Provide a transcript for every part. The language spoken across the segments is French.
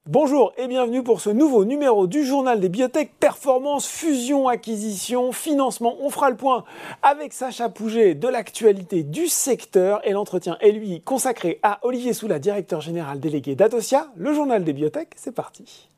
Bonjour et bienvenue pour ce nouveau numéro du journal des biotech, performance, fusion, acquisition, financement. On fera le point avec Sacha Pouget de l'actualité du secteur et l'entretien est lui consacré à Olivier Soula, directeur général délégué d'Adocia. Le journal des biotech, c'est parti.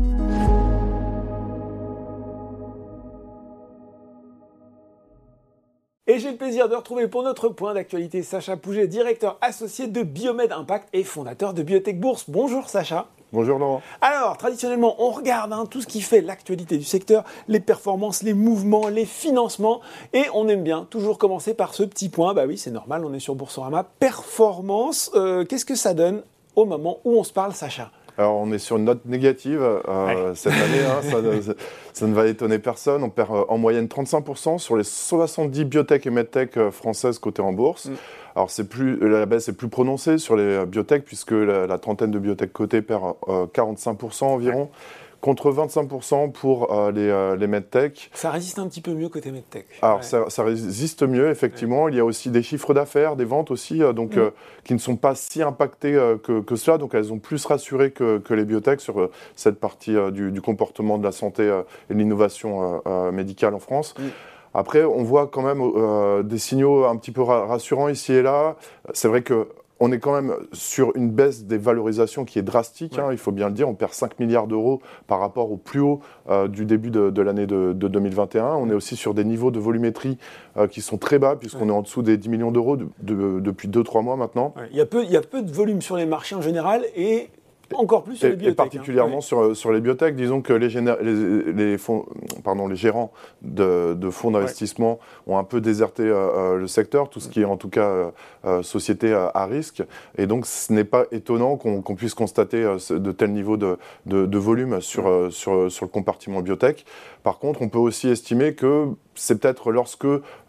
Et j'ai le plaisir de retrouver pour notre point d'actualité Sacha Pouget, directeur associé de Biomed Impact et fondateur de Biotech Bourse. Bonjour Sacha. Bonjour Laurent. Alors, traditionnellement, on regarde tout ce qui fait l'actualité du secteur, les performances, les mouvements, les financements, et on aime bien toujours commencer par ce petit point. Bah oui, c'est normal, on est sur Boursorama. Performance, qu'est-ce que ça donne au moment où on se parle, Sacha ? Alors, on est sur une note négative cette année, ça ne va étonner personne. On perd en moyenne 35% sur les 70 biotech et medtech françaises cotées en bourse. Alors, la baisse est plus prononcée sur les biotech, puisque la trentaine de biotech cotées perd 45% environ, contre 25% pour les medtech. Ça résiste un petit peu mieux côté medtech. Alors, ça résiste mieux, effectivement. Il y a aussi des chiffres d'affaires, des ventes aussi, qui ne sont pas si impactés que cela. Donc, elles ont plus rassuré que les biotech sur cette partie du comportement de la santé et de l'innovation médicale en France. Après, on voit quand même des signaux un petit peu rassurants ici et là. C'est vrai qu'on est quand même sur une baisse des valorisations qui est drastique, il faut bien le dire. On perd 5 milliards d'euros par rapport au plus haut du début de l'année de 2021. On est aussi sur des niveaux de volumétrie qui sont très bas, puisqu'on est en dessous des 10 millions d'euros depuis 2-3 mois maintenant. Il y a peu de volume sur les marchés en général et encore plus sur les biotech. Et particulièrement sur les biotech. Disons que les gérants de fonds d'investissement ont un peu déserté le secteur, tout ce qui est en tout cas société à risque. Et donc, ce n'est pas étonnant qu'on puisse constater de tels niveaux de volume sur le compartiment biotech. Par contre, on peut aussi estimer que c'est peut-être lorsque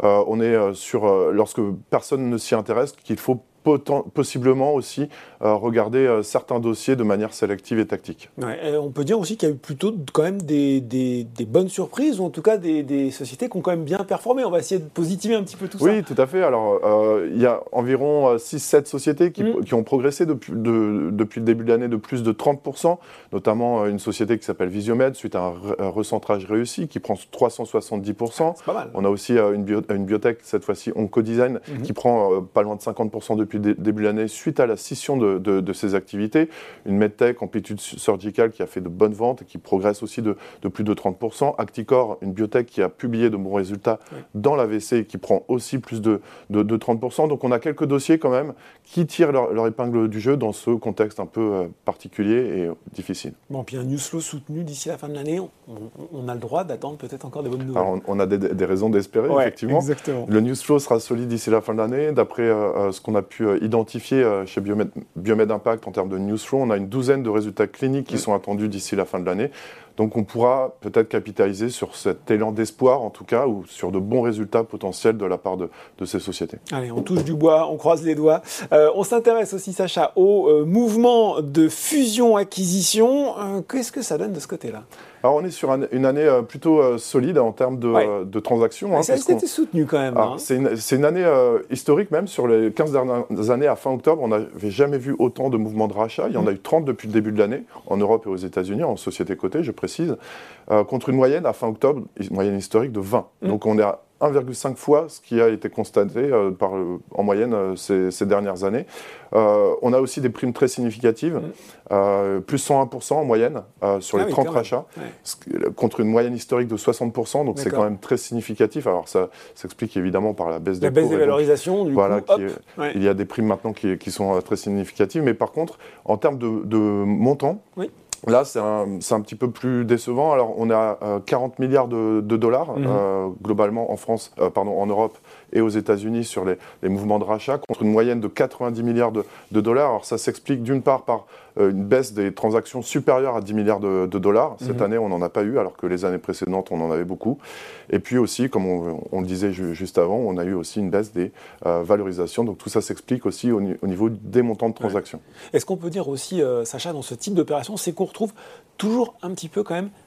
personne ne s'y intéresse qu'il faut possiblement aussi regarder certains dossiers de manière sélective et tactique. On peut dire aussi qu'il y a eu plutôt quand même des bonnes surprises, ou en tout cas des sociétés qui ont quand même bien performé. On va essayer de positiver un petit peu tout ça. Oui, tout à fait. Alors, il y a environ 6-7 sociétés qui ont progressé depuis le début de l'année de plus de 30%, notamment une société qui s'appelle Visiomed, suite à un recentrage réussi, qui prend 370%. C'est pas mal. On a aussi une biotech, cette fois-ci Oncodesign, qui prend pas loin de 50% depuis le début de l'année, suite à la scission de ses activités. Une medtech, Amplitude Surgical, qui a fait de bonnes ventes et qui progresse aussi de plus de 30%. Acticor, une biotech qui a publié de bons résultats dans l'AVC et qui prend aussi plus de 30%. Donc on a quelques dossiers quand même qui tirent leur épingle du jeu dans ce contexte un peu particulier et difficile. Bon, puis un news flow soutenu d'ici la fin de l'année, on a le droit d'attendre peut-être encore des bonnes nouvelles. Alors on a des raisons d'espérer, effectivement. Exactement. Le news flow sera solide d'ici la fin de l'année. D'après ce qu'on a pu identifier chez Biomed Impact en termes de news flow, on a une douzaine de résultats cliniques qui sont attendus d'ici la fin de l'année. Donc on pourra peut-être capitaliser sur cet élan d'espoir, en tout cas, ou sur de bons résultats potentiels de la part de ces sociétés. Allez, on touche du bois, on croise les doigts. On s'intéresse aussi, Sacha, au mouvement de fusion-acquisition. Qu'est-ce que ça donne de ce côté-là ? Alors on est sur une année plutôt solide en termes de transactions. Ça a été soutenu quand même. C'est une année historique même. Sur les 15 dernières années, à fin octobre, on n'avait jamais vu autant de mouvements de rachat. Il y en a eu 30 depuis le début de l'année, en Europe et aux États-Unis, en société cotée, je précise, contre une moyenne à fin octobre, une moyenne historique de 20. Donc on est à 1,5 fois ce qui a été constaté en moyenne ces dernières années. On a aussi des primes très significatives, plus 101% en moyenne sur les 30 rachats, contre une moyenne historique de 60%, donc c'est quand même très significatif. Alors ça s'explique évidemment par la baisse des cours. La baisse des valorisations, il y a des primes maintenant qui sont très significatives, mais par contre, en termes de montant, là, c'est un petit peu plus décevant. Alors, on a 40 milliards de dollars globalement en France, en Europe et aux États-Unis sur les mouvements de rachat, contre une moyenne de 90 milliards de dollars. Alors, ça s'explique d'une part par une baisse des transactions supérieures à 10 milliards de dollars. Cette année, on n'en a pas eu, alors que les années précédentes, on en avait beaucoup. Et puis aussi, comme on le disait juste avant, on a eu aussi une baisse des valorisations. Donc, tout ça s'explique aussi au niveau des montants de transactions. Est-ce qu'on peut dire aussi, Sacha, dans ce type d'opération, c'est qu'on retrouve toujours un petit peu quand même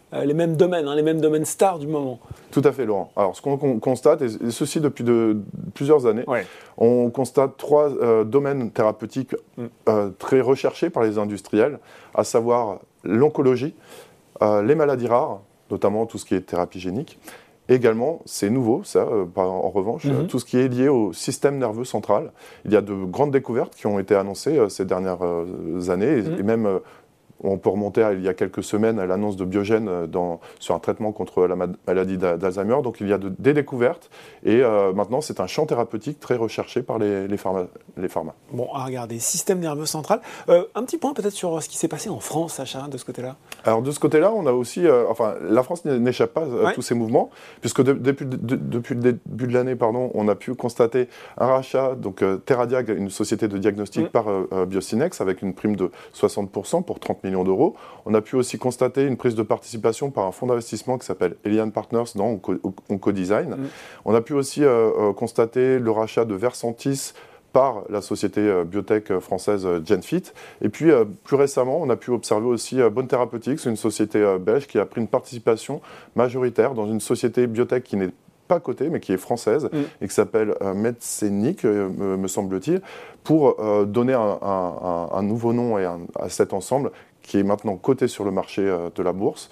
les mêmes domaines, les mêmes domaines stars du moment. Tout à fait, Laurent. Alors, ce qu'on constate, et ceci depuis plusieurs années, on constate 3 domaines thérapeutiques très recherchés par les industriels, à savoir l'oncologie, les maladies rares, notamment tout ce qui est thérapie génique. Également, c'est nouveau, ça, en revanche, tout ce qui est lié au système nerveux central. Il y a de grandes découvertes qui ont été annoncées ces dernières années, et même on peut remonter il y a quelques semaines à l'annonce de Biogen sur un traitement contre la maladie d'Alzheimer. Donc il y a des découvertes, et maintenant c'est un champ thérapeutique très recherché par les pharma. Bon, à regarder, système nerveux central. Un petit point peut-être sur ce qui s'est passé en France, Sacha, de ce côté-là. Alors de ce côté-là, on a aussi, la France n'échappe pas à tous ces mouvements, puisque depuis le début de l'année, on a pu constater un rachat, donc Theradiag, une société de diagnostic par Biocinex, avec une prime de 60% pour 30 millions d'euros. On a pu aussi constater une prise de participation par un fonds d'investissement qui s'appelle Elian Partners dans Oncodesign. On a pu aussi constater le rachat de Versantis par la société biotech française Genfit. Et puis, plus récemment, on a pu observer aussi Bonne Therapeutics, une société belge qui a pris une participation majoritaire dans une société biotech qui n'est pas cotée, mais qui est française, et qui s'appelle Medsenic, me semble-t-il, pour donner un nouveau nom à cet ensemble qui est maintenant coté sur le marché de la bourse,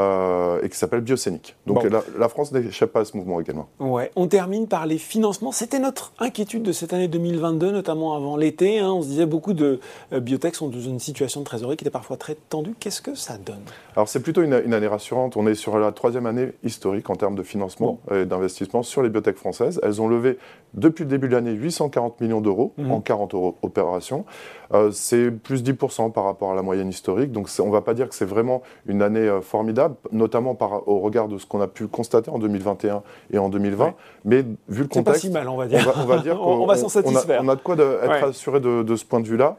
et qui s'appelle Biocenic. Donc la France n'échappe pas à ce mouvement également. Ouais. On termine par les financements. C'était notre inquiétude de cette année 2022, notamment avant l'été. On se disait beaucoup de biotech sont dans une situation de trésorerie qui était parfois très tendue. Qu'est-ce que ça donne ? Alors c'est plutôt une année rassurante. On est sur la 3e année historique en termes de financement et d'investissement sur les biotech françaises. Elles ont levé depuis le début de l'année 840 millions d'euros en 40 opérations. C'est plus 10% par rapport à la moyenne historique. Donc on ne va pas dire que c'est vraiment une année formidable, notamment au regard de ce qu'on a pu constater en 2021 et en 2020. Mais vu le contexte, c'est pas si mal, on va dire. On va dire on va s'en satisfaire. On a de quoi être assuré de ce point de vue-là.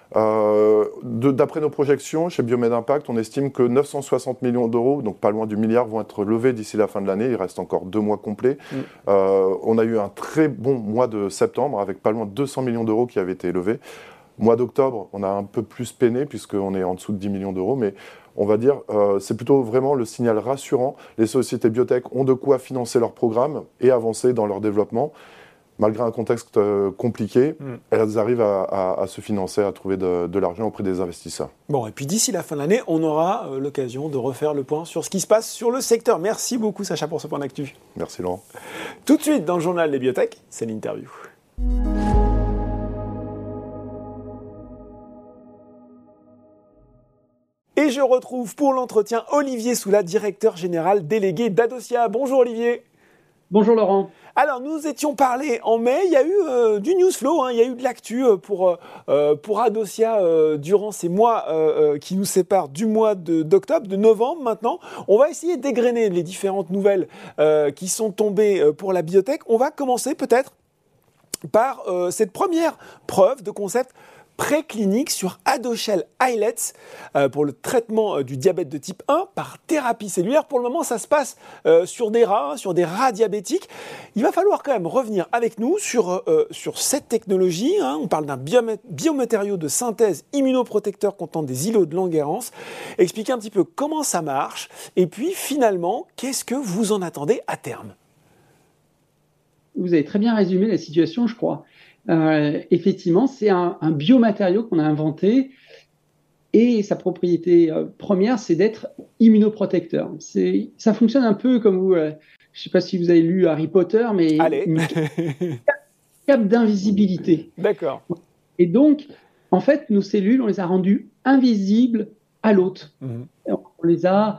D'après nos projections, chez Biomed Impact, on estime que 960 millions d'euros, donc pas loin du milliard, vont être levés d'ici la fin de l'année. Il reste encore 2 mois complets. On a eu un très bon mois de septembre, avec pas loin de 200 millions d'euros qui avaient été levés. Mois d'octobre, on a un peu plus peiné, puisqu'on est en dessous de 10 millions d'euros, mais on va dire, c'est plutôt vraiment le signal rassurant. Les sociétés biotech ont de quoi financer leurs programmes et avancer dans leur développement. Malgré un contexte compliqué, elles arrivent à se financer, à trouver de l'argent auprès des investisseurs. Et puis d'ici la fin de l'année, on aura l'occasion de refaire le point sur ce qui se passe sur le secteur. Merci beaucoup, Sacha, pour ce point d'actu. Merci, Laurent. Tout de suite, dans le journal des biotech, c'est l'interview. Et je retrouve pour l'entretien Olivier Soula, directeur général délégué d'Adocia. Bonjour Olivier. Bonjour Laurent. Alors, nous étions parlé en mai, il y a eu du news flow, il y a eu de l'actu pour Adocia durant ces mois qui nous séparent du mois d'octobre, de novembre maintenant. On va essayer d'égrener les différentes nouvelles qui sont tombées pour la biotech. On va commencer peut-être par cette première preuve de concept préclinique sur Adoshel Islets pour le traitement du diabète de type 1 par thérapie cellulaire. Pour le moment, ça se passe sur des rats diabétiques. Il va falloir quand même revenir avec nous sur cette technologie. On parle d'un biomatériau de synthèse immunoprotecteur contenant des îlots de Langerhans. Expliquer un petit peu comment ça marche et puis finalement, qu'est-ce que vous en attendez à terme ? Vous avez très bien résumé la situation, je crois. Effectivement, c'est un biomatériau qu'on a inventé et sa propriété première, c'est d'être immunoprotecteur. Ça fonctionne un peu comme vous, je ne sais pas si vous avez lu Harry Potter, mais une cape d'invisibilité. D'accord. Et donc, en fait, nos cellules, on les a rendues invisibles à l'hôte. Pourquoi ?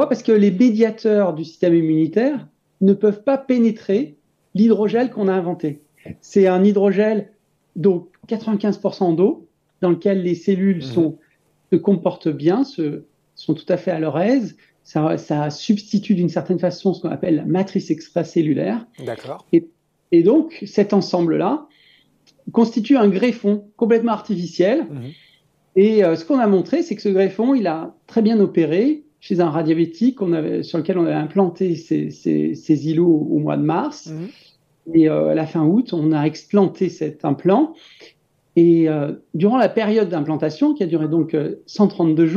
Parce que les médiateurs du système immunitaire ne peuvent pas pénétrer l'hydrogel qu'on a inventé. C'est un hydrogel, donc 95% d'eau, dans lequel les cellules se comportent bien, sont tout à fait à leur aise. Ça substitue d'une certaine façon ce qu'on appelle la matrice extracellulaire. D'accord. Et donc, cet ensemble-là constitue un greffon complètement artificiel. Et ce qu'on a montré, c'est que ce greffon, il a très bien opéré chez un rat diabétique sur lequel on avait implanté ces îlots au mois de mars. Et à la fin août, on a explanté cet implant. Et durant la période d'implantation, qui a duré donc 132 jours,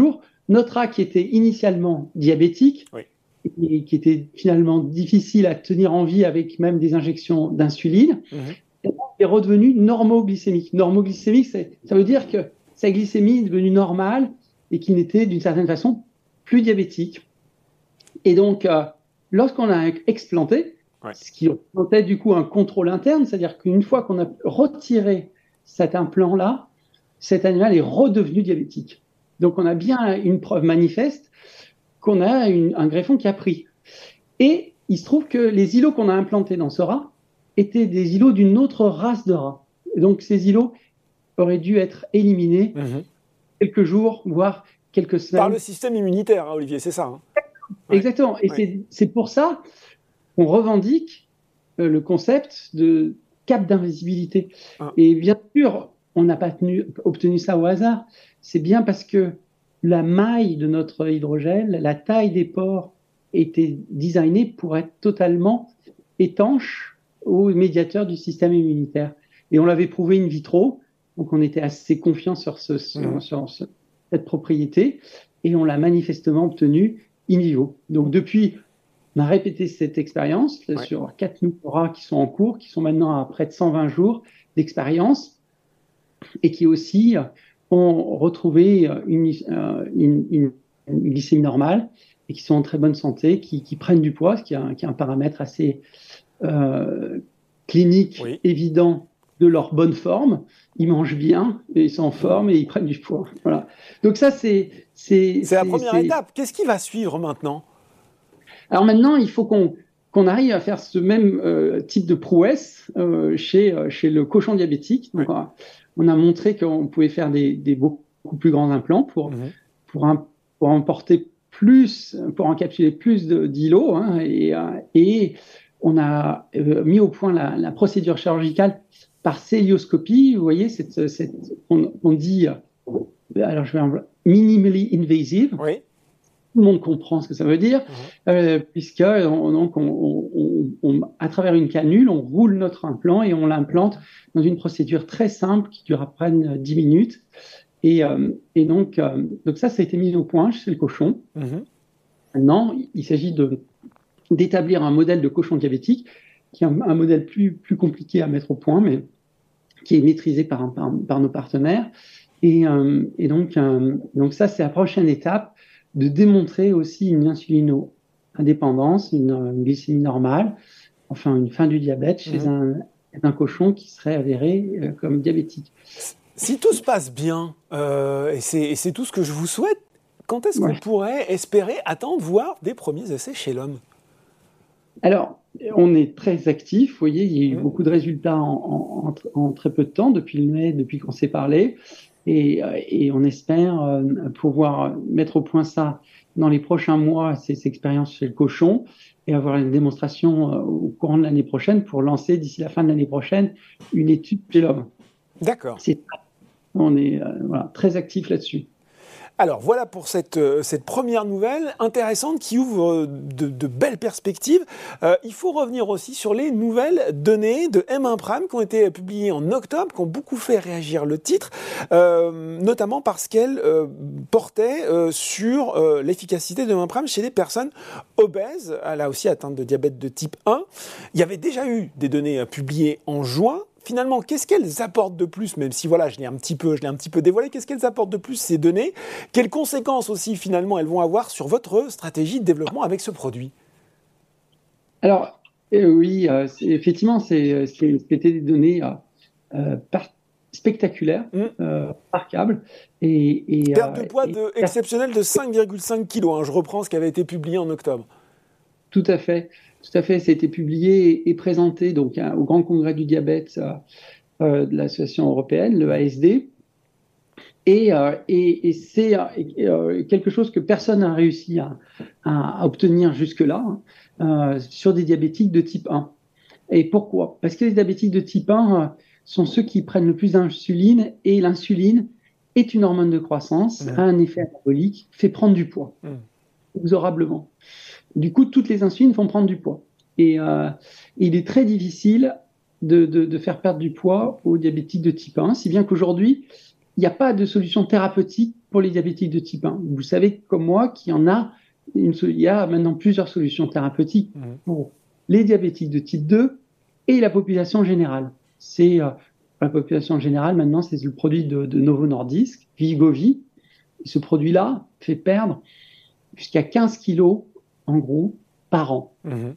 notre rat qui était initialement diabétique, Oui. et qui était finalement difficile à tenir en vie avec même des injections d'insuline, est redevenu normoglycémique. Normoglycémique, ça veut dire que sa glycémie est devenue normale et qu'il n'était d'une certaine façon plus diabétique. Et donc, lorsqu'on a explanté, ce qui représentait du coup un contrôle interne, c'est-à-dire qu'une fois qu'on a retiré cet implant-là, cet animal est redevenu diabétique. Donc, on a bien une preuve manifeste qu'on a un greffon qui a pris. Et il se trouve que les îlots qu'on a implantés dans ce rat étaient des îlots d'une autre race de rats. Et donc, ces îlots auraient dû être éliminés quelques jours, voire quelques semaines. Par le système immunitaire, hein, Olivier, c'est ça. Exactement. Et c'est pour ça qu'on revendique le concept de cap d'invisibilité. Et bien sûr, on n'a pas obtenu ça au hasard. C'est bien parce que la maille de notre hydrogel, la taille des pores était designée pour être totalement étanche aux médiateurs du système immunitaire. Et on l'avait prouvé in vitro, donc on était assez confiant sur cette propriété, et on l'a manifestement obtenu in vivo. Donc depuis, on a répété cette expérience sur 4 nouveaux rats qui sont en cours, qui sont maintenant à près de 120 jours d'expérience, et qui aussi ont retrouvé une glycémie normale et qui sont en très bonne santé, qui prennent du poids, ce qui est un paramètre assez clinique, évident de leur bonne forme. Ils mangent bien, et ils sont en forme et ils prennent du poids. Voilà. Donc ça, c'est la première étape. Qu'est-ce qui va suivre maintenant ? Alors maintenant, il faut qu'on arrive à faire ce même type de prouesse chez le cochon diabétique. Donc, on a montré qu'on pouvait faire des beaucoup plus grands implants pour emporter plus, pour encapsuler plus d'îlots. Hein, et on a mis au point la procédure chirurgicale par célioscopie. Vous voyez, on dit, alors je vais minimally invasive. Oui. Tout le monde comprend ce que ça veut dire, puisque à travers une canule, on roule notre implant et on l'implante dans une procédure très simple qui dure à peine 10 minutes. Et donc ça a été mis au point chez le cochon. Maintenant, il s'agit d'établir un modèle de cochon diabétique, qui est un modèle plus compliqué à mettre au point, mais qui est maîtrisé par nos partenaires. Et donc ça, c'est la prochaine étape, de démontrer aussi une insulino-indépendance, une glycémie normale, enfin une fin du diabète chez un cochon qui serait avéré comme diabétique. Si tout se passe bien, et c'est tout ce que je vous souhaite, quand est-ce qu'on pourrait espérer attendre voir des premiers essais chez l'homme ? Alors, on est très actif. Vous voyez, il y a eu beaucoup de résultats en très peu de temps, depuis qu'on s'est parlé. Et on espère pouvoir mettre au point ça dans les prochains mois, ces expériences chez le cochon, et avoir une démonstration au courant de l'année prochaine pour lancer d'ici la fin de l'année prochaine une étude chez l'homme. D'accord. On est très actif là-dessus. Alors voilà pour cette première nouvelle intéressante qui ouvre de belles perspectives. Il faut revenir aussi sur les nouvelles données de M1 Prime qui ont été publiées en octobre, qui ont beaucoup fait réagir le titre, notamment parce qu'elles portaient sur l'efficacité de M1 Prime chez les personnes obèses, là aussi atteintes de diabète de type 1. Il y avait déjà eu des données publiées en juin. Finalement, qu'est-ce qu'elles apportent de plus, même si voilà, je l'ai un petit peu dévoilé, qu'est-ce qu'elles apportent de plus ces données ? Quelles conséquences aussi finalement elles vont avoir sur votre stratégie de développement avec ce produit ? Alors oui, effectivement, c'était des données spectaculaires, remarquables. Perte de poids exceptionnelle de 5,5 kg, hein, je reprends ce qui avait été publié en octobre. Tout à fait. Ça a été publié et présenté donc au Grand Congrès du diabète de l'Association européenne, le ASD. Et c'est quelque chose que personne n'a réussi à obtenir jusque-là sur des diabétiques de type 1. Et pourquoi ? Parce que les diabétiques de type 1 sont ceux qui prennent le plus d'insuline, et l'insuline est une hormone de croissance, a un effet anabolique, fait prendre du poids, inexorablement. Du coup, toutes les insulines font prendre du poids. Et il est très difficile de faire perdre du poids aux diabétiques de type 1, si bien qu'aujourd'hui, il n'y a pas de solution thérapeutique pour les diabétiques de type 1. Vous savez comme moi qu'il y a maintenant plusieurs solutions thérapeutiques pour les diabétiques de type 2 et la population générale. La population générale, maintenant, c'est le produit de Novo Nordisk, Wegovy. Et ce produit-là fait perdre jusqu'à 15 kilos, en gros, par an.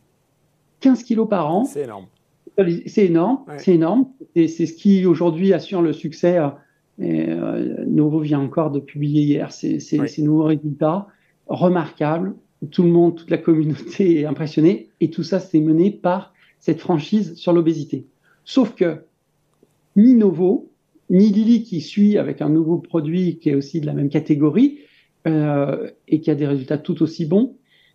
15 kilos par an. C'est énorme. C'est énorme, ouais. C'est énorme. Et c'est ce qui, aujourd'hui, assure le succès. Novo vient encore de publier hier ces nouveaux résultats remarquables. Tout le monde, toute la communauté est impressionnée. Et tout ça, c'est mené par cette franchise sur l'obésité. Sauf que ni Novo, ni Lilly, qui suit avec un nouveau produit qui est aussi de la même catégorie et qui a des résultats tout aussi bons,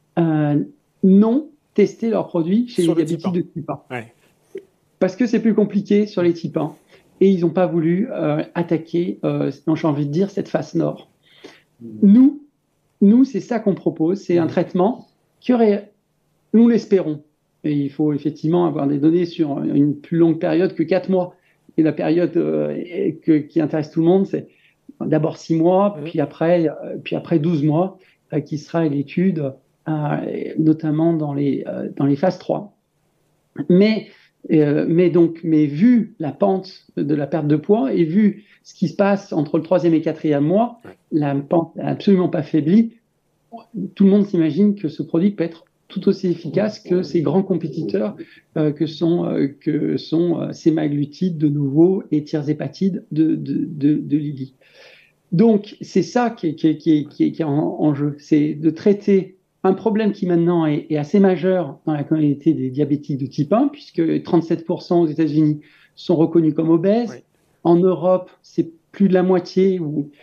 n'ont testé leurs produits chez les diabétiques de type 1. Ouais. Parce que c'est plus compliqué sur les types 1. Et ils n'ont pas voulu attaquer, j'ai envie de dire, cette face nord. Nous, c'est ça qu'on propose. C'est un traitement qui aurait, nous l'espérons, et il faut effectivement avoir des données sur une plus longue période que 4 mois. Et la période qui intéresse tout le monde, c'est d'abord 6 mois, puis après 12 mois, qui sera l'étude, notamment dans les phases 3. Mais vu la pente de la perte de poids et vu ce qui se passe entre le 3e et 4e mois, la pente n'a absolument pas faibli. Tout le monde s'imagine que ce produit peut être tout aussi efficace que ces grands compétiteurs que sont sémaglutide de Novo et tirzépatide de Lilly. Donc c'est ça qui est en jeu, c'est de traiter un problème qui maintenant est assez majeur dans la communauté des diabétiques de type 1, puisque 37% aux États-Unis sont reconnus comme obèses. Oui. En Europe, c'est plus de la moitié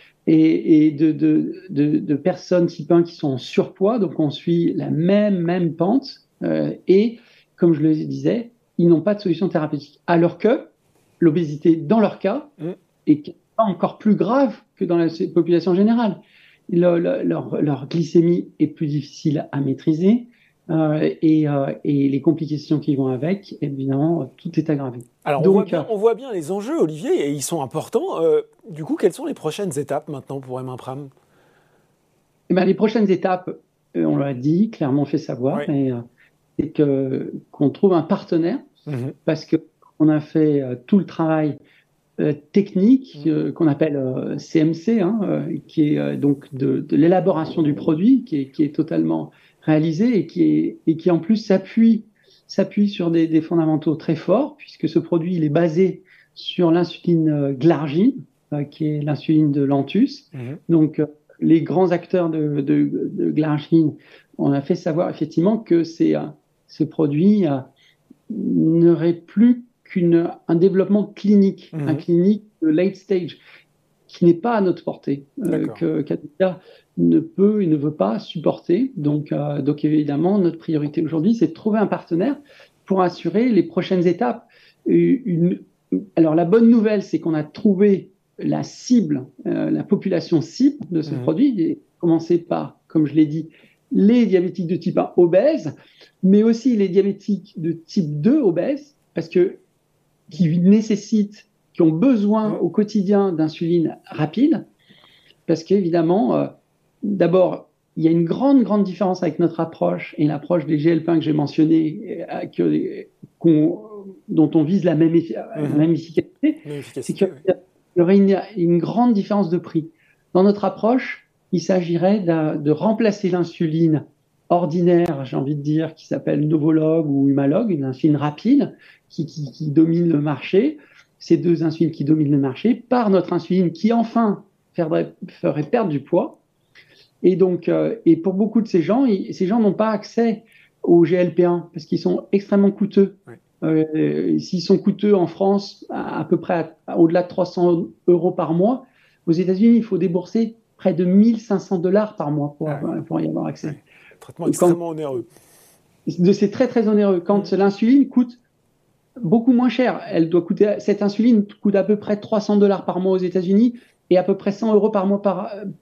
de personnes type 1 qui sont en surpoids. Donc, on suit la même pente. Et, comme je le disais, ils n'ont pas de solution thérapeutique. Alors que l'obésité, dans leur cas, est encore plus grave que dans la population générale. Leur glycémie est plus difficile à maîtriser et les complications qui vont avec, évidemment, tout est aggravé. Alors, on voit bien les enjeux, Olivier, et ils sont importants. Du coup, quelles sont les prochaines étapes maintenant pour Emampram ? Les prochaines étapes, on l'a dit, clairement fait savoir, c'est qu'on trouve un partenaire parce qu'on a fait tout le travail technique qu'on appelle CMC, qui est donc de l'élaboration du produit, qui est totalement réalisé et qui en plus s'appuie sur des fondamentaux très forts, puisque ce produit il est basé sur l'insuline glargine, qui est l'insuline de Lantus. Donc les grands acteurs de glargine, on a fait savoir effectivement que ce produit n'aurait plus un développement clinique, un clinique de late stage, qui n'est pas à notre portée, qu'Addua ne peut et ne veut pas supporter. Donc évidemment, notre priorité aujourd'hui, c'est de trouver un partenaire pour assurer les prochaines étapes. Alors la bonne nouvelle, c'est qu'on a trouvé la cible, la population cible de ce produit, et commencer par, comme je l'ai dit, les diabétiques de type 1 obèses, mais aussi les diabétiques de type 2 obèses, parce que qui ont besoin au quotidien d'insuline rapide, parce qu'évidemment, d'abord, il y a une grande différence avec notre approche et l'approche des GLP-1 que j'ai mentionné, dont on vise la même efficacité, c'est qu'il y aurait une grande différence de prix. Dans notre approche, il s'agirait de remplacer l'insuline ordinaire, j'ai envie de dire, qui s'appelle Novolog ou Humalog, une insuline rapide qui domine le marché, ces deux insulines qui dominent le marché, par notre insuline qui enfin ferait perdre du poids. Et donc, et pour beaucoup de ces gens n'ont pas accès aux GLP-1 parce qu'ils sont extrêmement coûteux. S'ils sont coûteux en France, à peu près au-delà de 300 € par mois, aux États-Unis, il faut débourser près de $1 500 par mois pour y avoir accès. Traitement extrêmement onéreux. C'est très onéreux. Quand l'insuline coûte beaucoup moins cher, cette insuline coûte à peu près $300 par mois aux États-Unis et à peu près 100 € par mois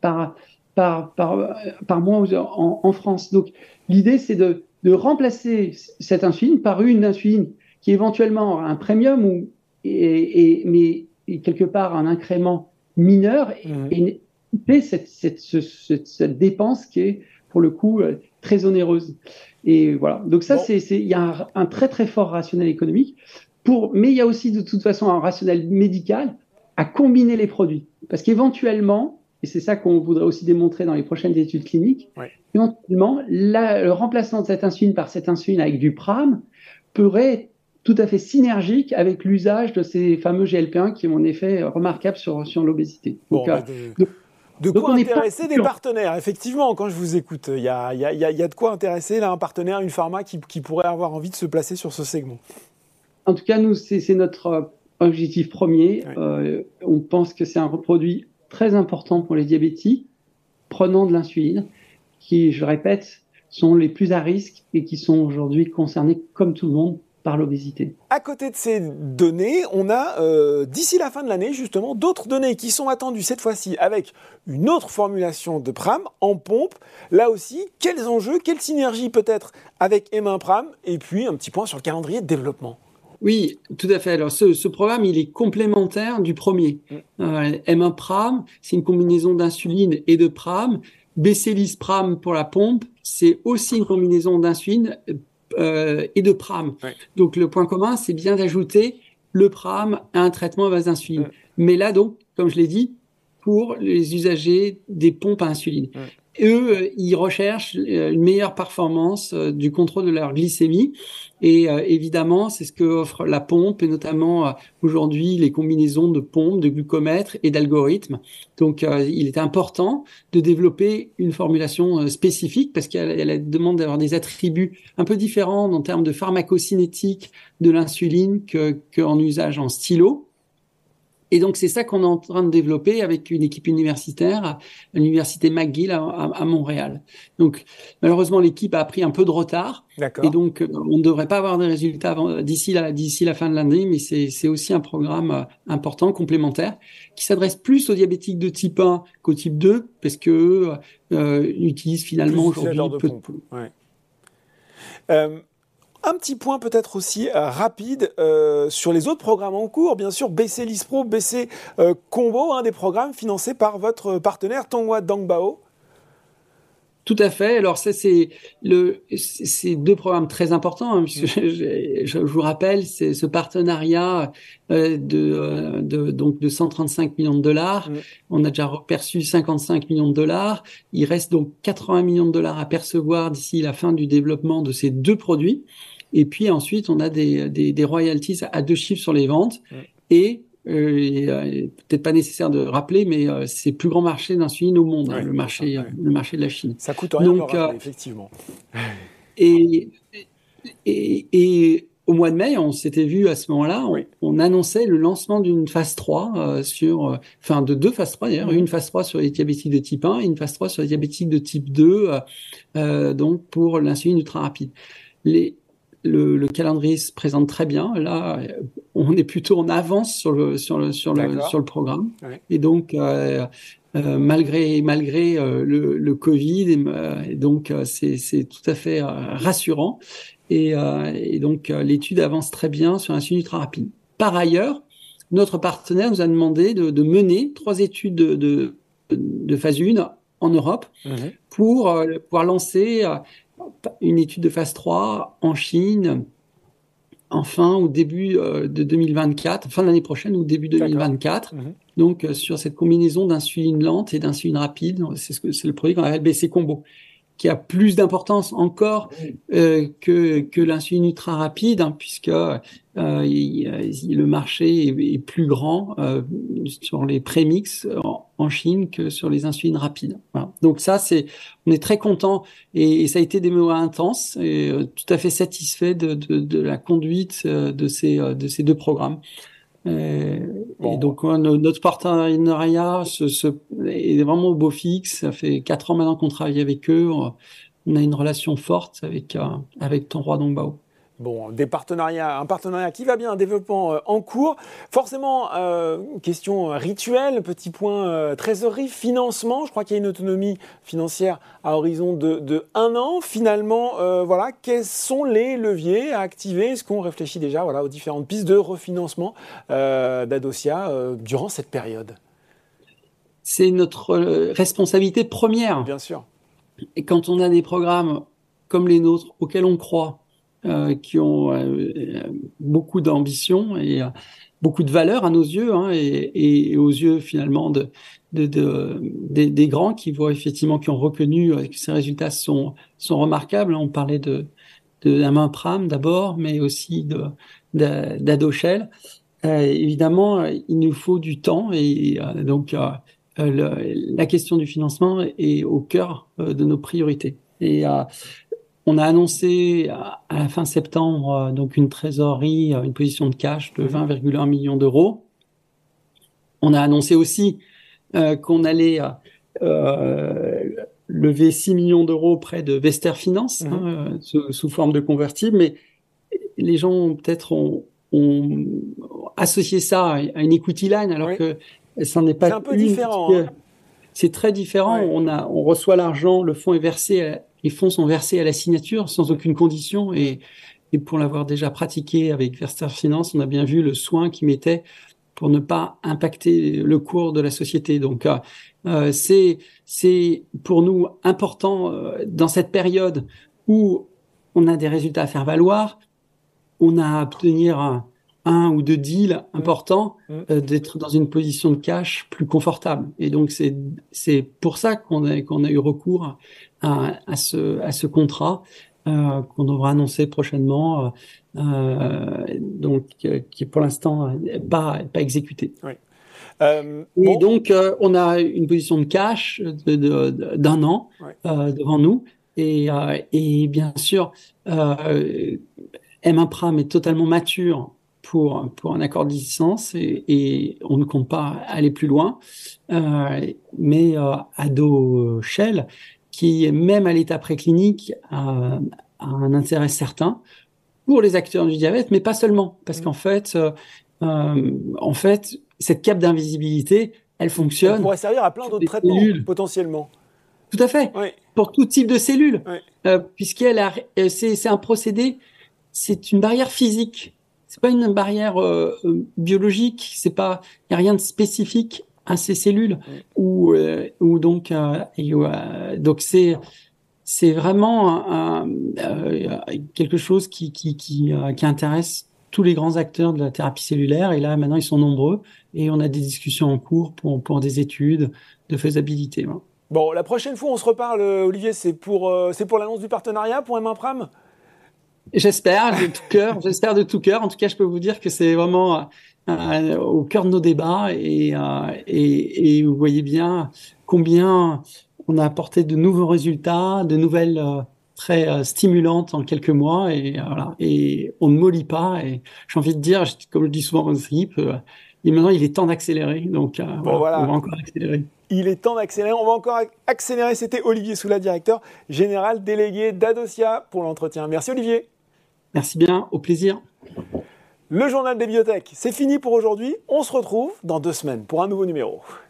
par mois en France. Donc l'idée c'est de remplacer cette insuline par une insuline qui éventuellement aura un premium mais quelque part un incrément mineurs et fait cette dépense qui est, pour le coup, très onéreuse. Et voilà. Donc ça, il y a un très très fort rationnel économique. Mais il y a aussi de toute façon un rationnel médical à combiner les produits. Parce qu'éventuellement, et c'est ça qu'on voudrait aussi démontrer dans les prochaines études cliniques, éventuellement, le remplacement de cette insuline par cette insuline avec du PRAM pourrait être tout à fait synergique avec l'usage de ces fameux GLP-1 qui ont un effet remarquable sur l'obésité. De quoi intéresser des partenaires, effectivement, quand je vous écoute. Il y a de quoi intéresser là, un partenaire, une pharma qui pourrait avoir envie de se placer sur ce segment. En tout cas, nous, c'est notre objectif premier. On pense que c'est un produit très important pour les diabétiques prenant de l'insuline, qui, je répète, sont les plus à risque et qui sont aujourd'hui concernés, comme tout le monde, par l'obésité. À côté de ces données, on a, d'ici la fin de l'année, justement, d'autres données qui sont attendues cette fois-ci avec une autre formulation de PRAM en pompe. Là aussi, quels enjeux, quelle synergie peut-être avec M1 et puis un petit point sur le calendrier de développement. Oui, tout à fait. Alors, ce programme, il est complémentaire du premier. M1 PRAM, c'est une combinaison d'insuline et de PRAM. Bécélis PRAM pour la pompe, c'est aussi une combinaison d'insuline et de PRAM. Donc, le point commun, c'est bien d'ajouter le PRAM à un traitement à base d'insuline. Mais là, donc, comme je l'ai dit, pour les usagers des pompes à insuline. Eux, ils recherchent une meilleure performance du contrôle de leur glycémie. Et évidemment, c'est ce que offre la pompe et notamment aujourd'hui les combinaisons de pompes, de glucomètres et d'algorithmes. Donc, il est important de développer une formulation spécifique parce qu'elle demande d'avoir des attributs un peu différents en termes de pharmacocinétique de l'insuline qu'en usage en stylo. Et donc, c'est ça qu'on est en train de développer avec une équipe universitaire à l'université McGill à Montréal. Donc, malheureusement, l'équipe a pris un peu de retard. D'accord. Et donc, on ne devrait pas avoir des résultats d'ici la fin de l'année, mais c'est aussi un programme important, complémentaire, qui s'adresse plus aux diabétiques de type 1 qu'au type 2, parce que utilisent finalement aujourd'hui peu de pompe. Un petit point peut-être aussi rapide sur les autres programmes en cours. Bien sûr, BC Lispro, BC Combo, des programmes financés par votre partenaire Tongwa Dangbao. Tout à fait. Alors ça, c'est deux programmes très importants, puisque je vous rappelle, c'est ce partenariat de 135 millions de dollars. On a déjà perçu 55 millions de dollars. Il reste donc 80 millions de dollars à percevoir d'ici la fin du développement de ces deux produits. Et puis ensuite, on a des royalties à 2 chiffres sur les ventes et peut-être pas nécessaire de rappeler, mais c'est le plus grand marché d'insuline au monde, le marché de la Chine. Ça coûte rien de le rappeler, effectivement. Et au mois de mai, on s'était vu à ce moment-là, on annonçait le lancement d'une phase 3 de 2 phases 3 d'ailleurs, une phase 3 sur les diabétiques de type 1 et une phase 3 sur les diabétiques de type 2, donc pour l'insuline ultra rapide. Le calendrier se présente très bien. Là, on est plutôt en avance sur le programme. Et donc, malgré le Covid, et donc c'est tout à fait rassurant. Et donc, l'étude avance très bien sur l'insuline ultra rapide. Par ailleurs, notre partenaire nous a demandé de mener 3 études de phase 1 en Europe pour pouvoir lancer une étude de phase 3 en Chine en fin ou début de 2024, fin de l'année prochaine ou début 2024. Donc, sur cette combinaison d'insuline lente et d'insuline rapide, c'est le produit qu'on appelle BC Combo, qui a plus d'importance encore que l'insuline ultra rapide, puisque le marché est plus grand sur les prémix en Chine que sur les insulines rapides. Voilà. Donc ça, on est très content et ça a été des mois intenses et tout à fait satisfait de la conduite de ces 2 programmes. Et donc notre partenariat est vraiment au beau fixe. Ça fait 4 ans maintenant qu'on travaille avec eux. On a une relation forte avec Tongwa Dangbao. Bon, un partenariat qui va bien, un développement en cours. Forcément, question rituelle, petit point trésorerie, financement. Je crois qu'il y a une autonomie financière à horizon de 1 an. Finalement, quels sont les leviers à activer? Est-ce qu'on réfléchit déjà aux différentes pistes de refinancement d'Adocia durant cette période? c'est notre responsabilité première. Bien sûr. Et quand on a des programmes comme les nôtres, auxquels on croit, qui ont beaucoup d'ambition et beaucoup de valeur à nos yeux, hein, et aux yeux finalement des grands qui voient effectivement, qui ont reconnu que ces résultats sont remarquables. On parlait de Amain-Pram d'abord, mais aussi d'Adoshel. Évidemment, il nous faut du temps et donc la question du financement est au cœur de nos priorités. Et on a annoncé à la fin septembre donc une trésorerie, une position de cash de 20,1 millions d'euros. On a annoncé aussi qu'on allait lever 6 millions d'euros auprès de Vester Finance, sous forme de convertible. Mais les gens peut-être ont associé ça à une equity line, alors que ça n'est pas. C'est un peu différent. C'est très différent. On reçoit l'argent, le fonds est versé, les fonds sont versés à la signature sans aucune condition. Et pour l'avoir déjà pratiqué avec Vester Finance, on a bien vu le soin qu'ils mettaient pour ne pas impacter le cours de la société. Donc, c'est pour nous important dans cette période où on a des résultats à faire valoir, on a à obtenir un ou deux deals importants, d'être dans une position de cash plus confortable. Et donc, c'est pour ça qu'on a eu recours à ce contrat qu'on devra annoncer prochainement, donc qui est pour l'instant pas exécuté. Oui. Et donc, on a une position de cash d'un an devant nous. Et bien sûr, M1-Pram est totalement mature pour un accord de licence et on ne compte pas aller plus loin. Mais Adoshel, qui même à l'état préclinique a un intérêt certain pour les acteurs du diabète, mais pas seulement, parce qu'en fait, cette cape d'invisibilité, elle fonctionne. Elle pourrait servir à plein d'autres traitements, potentiellement. Tout à fait, pour tout type de cellules, c'est un procédé, c'est une barrière physique, c'est pas une barrière biologique, il y a rien de spécifique à ces cellules, donc c'est vraiment quelque chose qui intéresse tous les grands acteurs de la thérapie cellulaire. Et là, maintenant, ils sont nombreux et on a des discussions en cours pour des études de faisabilité. Hein. Bon, la prochaine fois, on se reparle, Olivier, c'est pour l'annonce du partenariat pour M1-Pram ? J'espère de tout cœur. En tout cas, je peux vous dire que c'est vraiment au cœur de nos débats et vous voyez bien combien on a apporté de nouveaux résultats, de nouvelles très stimulantes en quelques mois et on ne mollit pas. Et j'ai envie de dire, comme je le dis souvent aux équipes, et maintenant il est temps d'accélérer. Donc on va encore accélérer. Il est temps d'accélérer. On va encore accélérer. C'était Olivier Soula, directeur général délégué d'Adocia pour l'entretien. Merci Olivier. Merci bien, au plaisir. Le journal des biotech, c'est fini pour aujourd'hui. On se retrouve dans 2 semaines pour un nouveau numéro.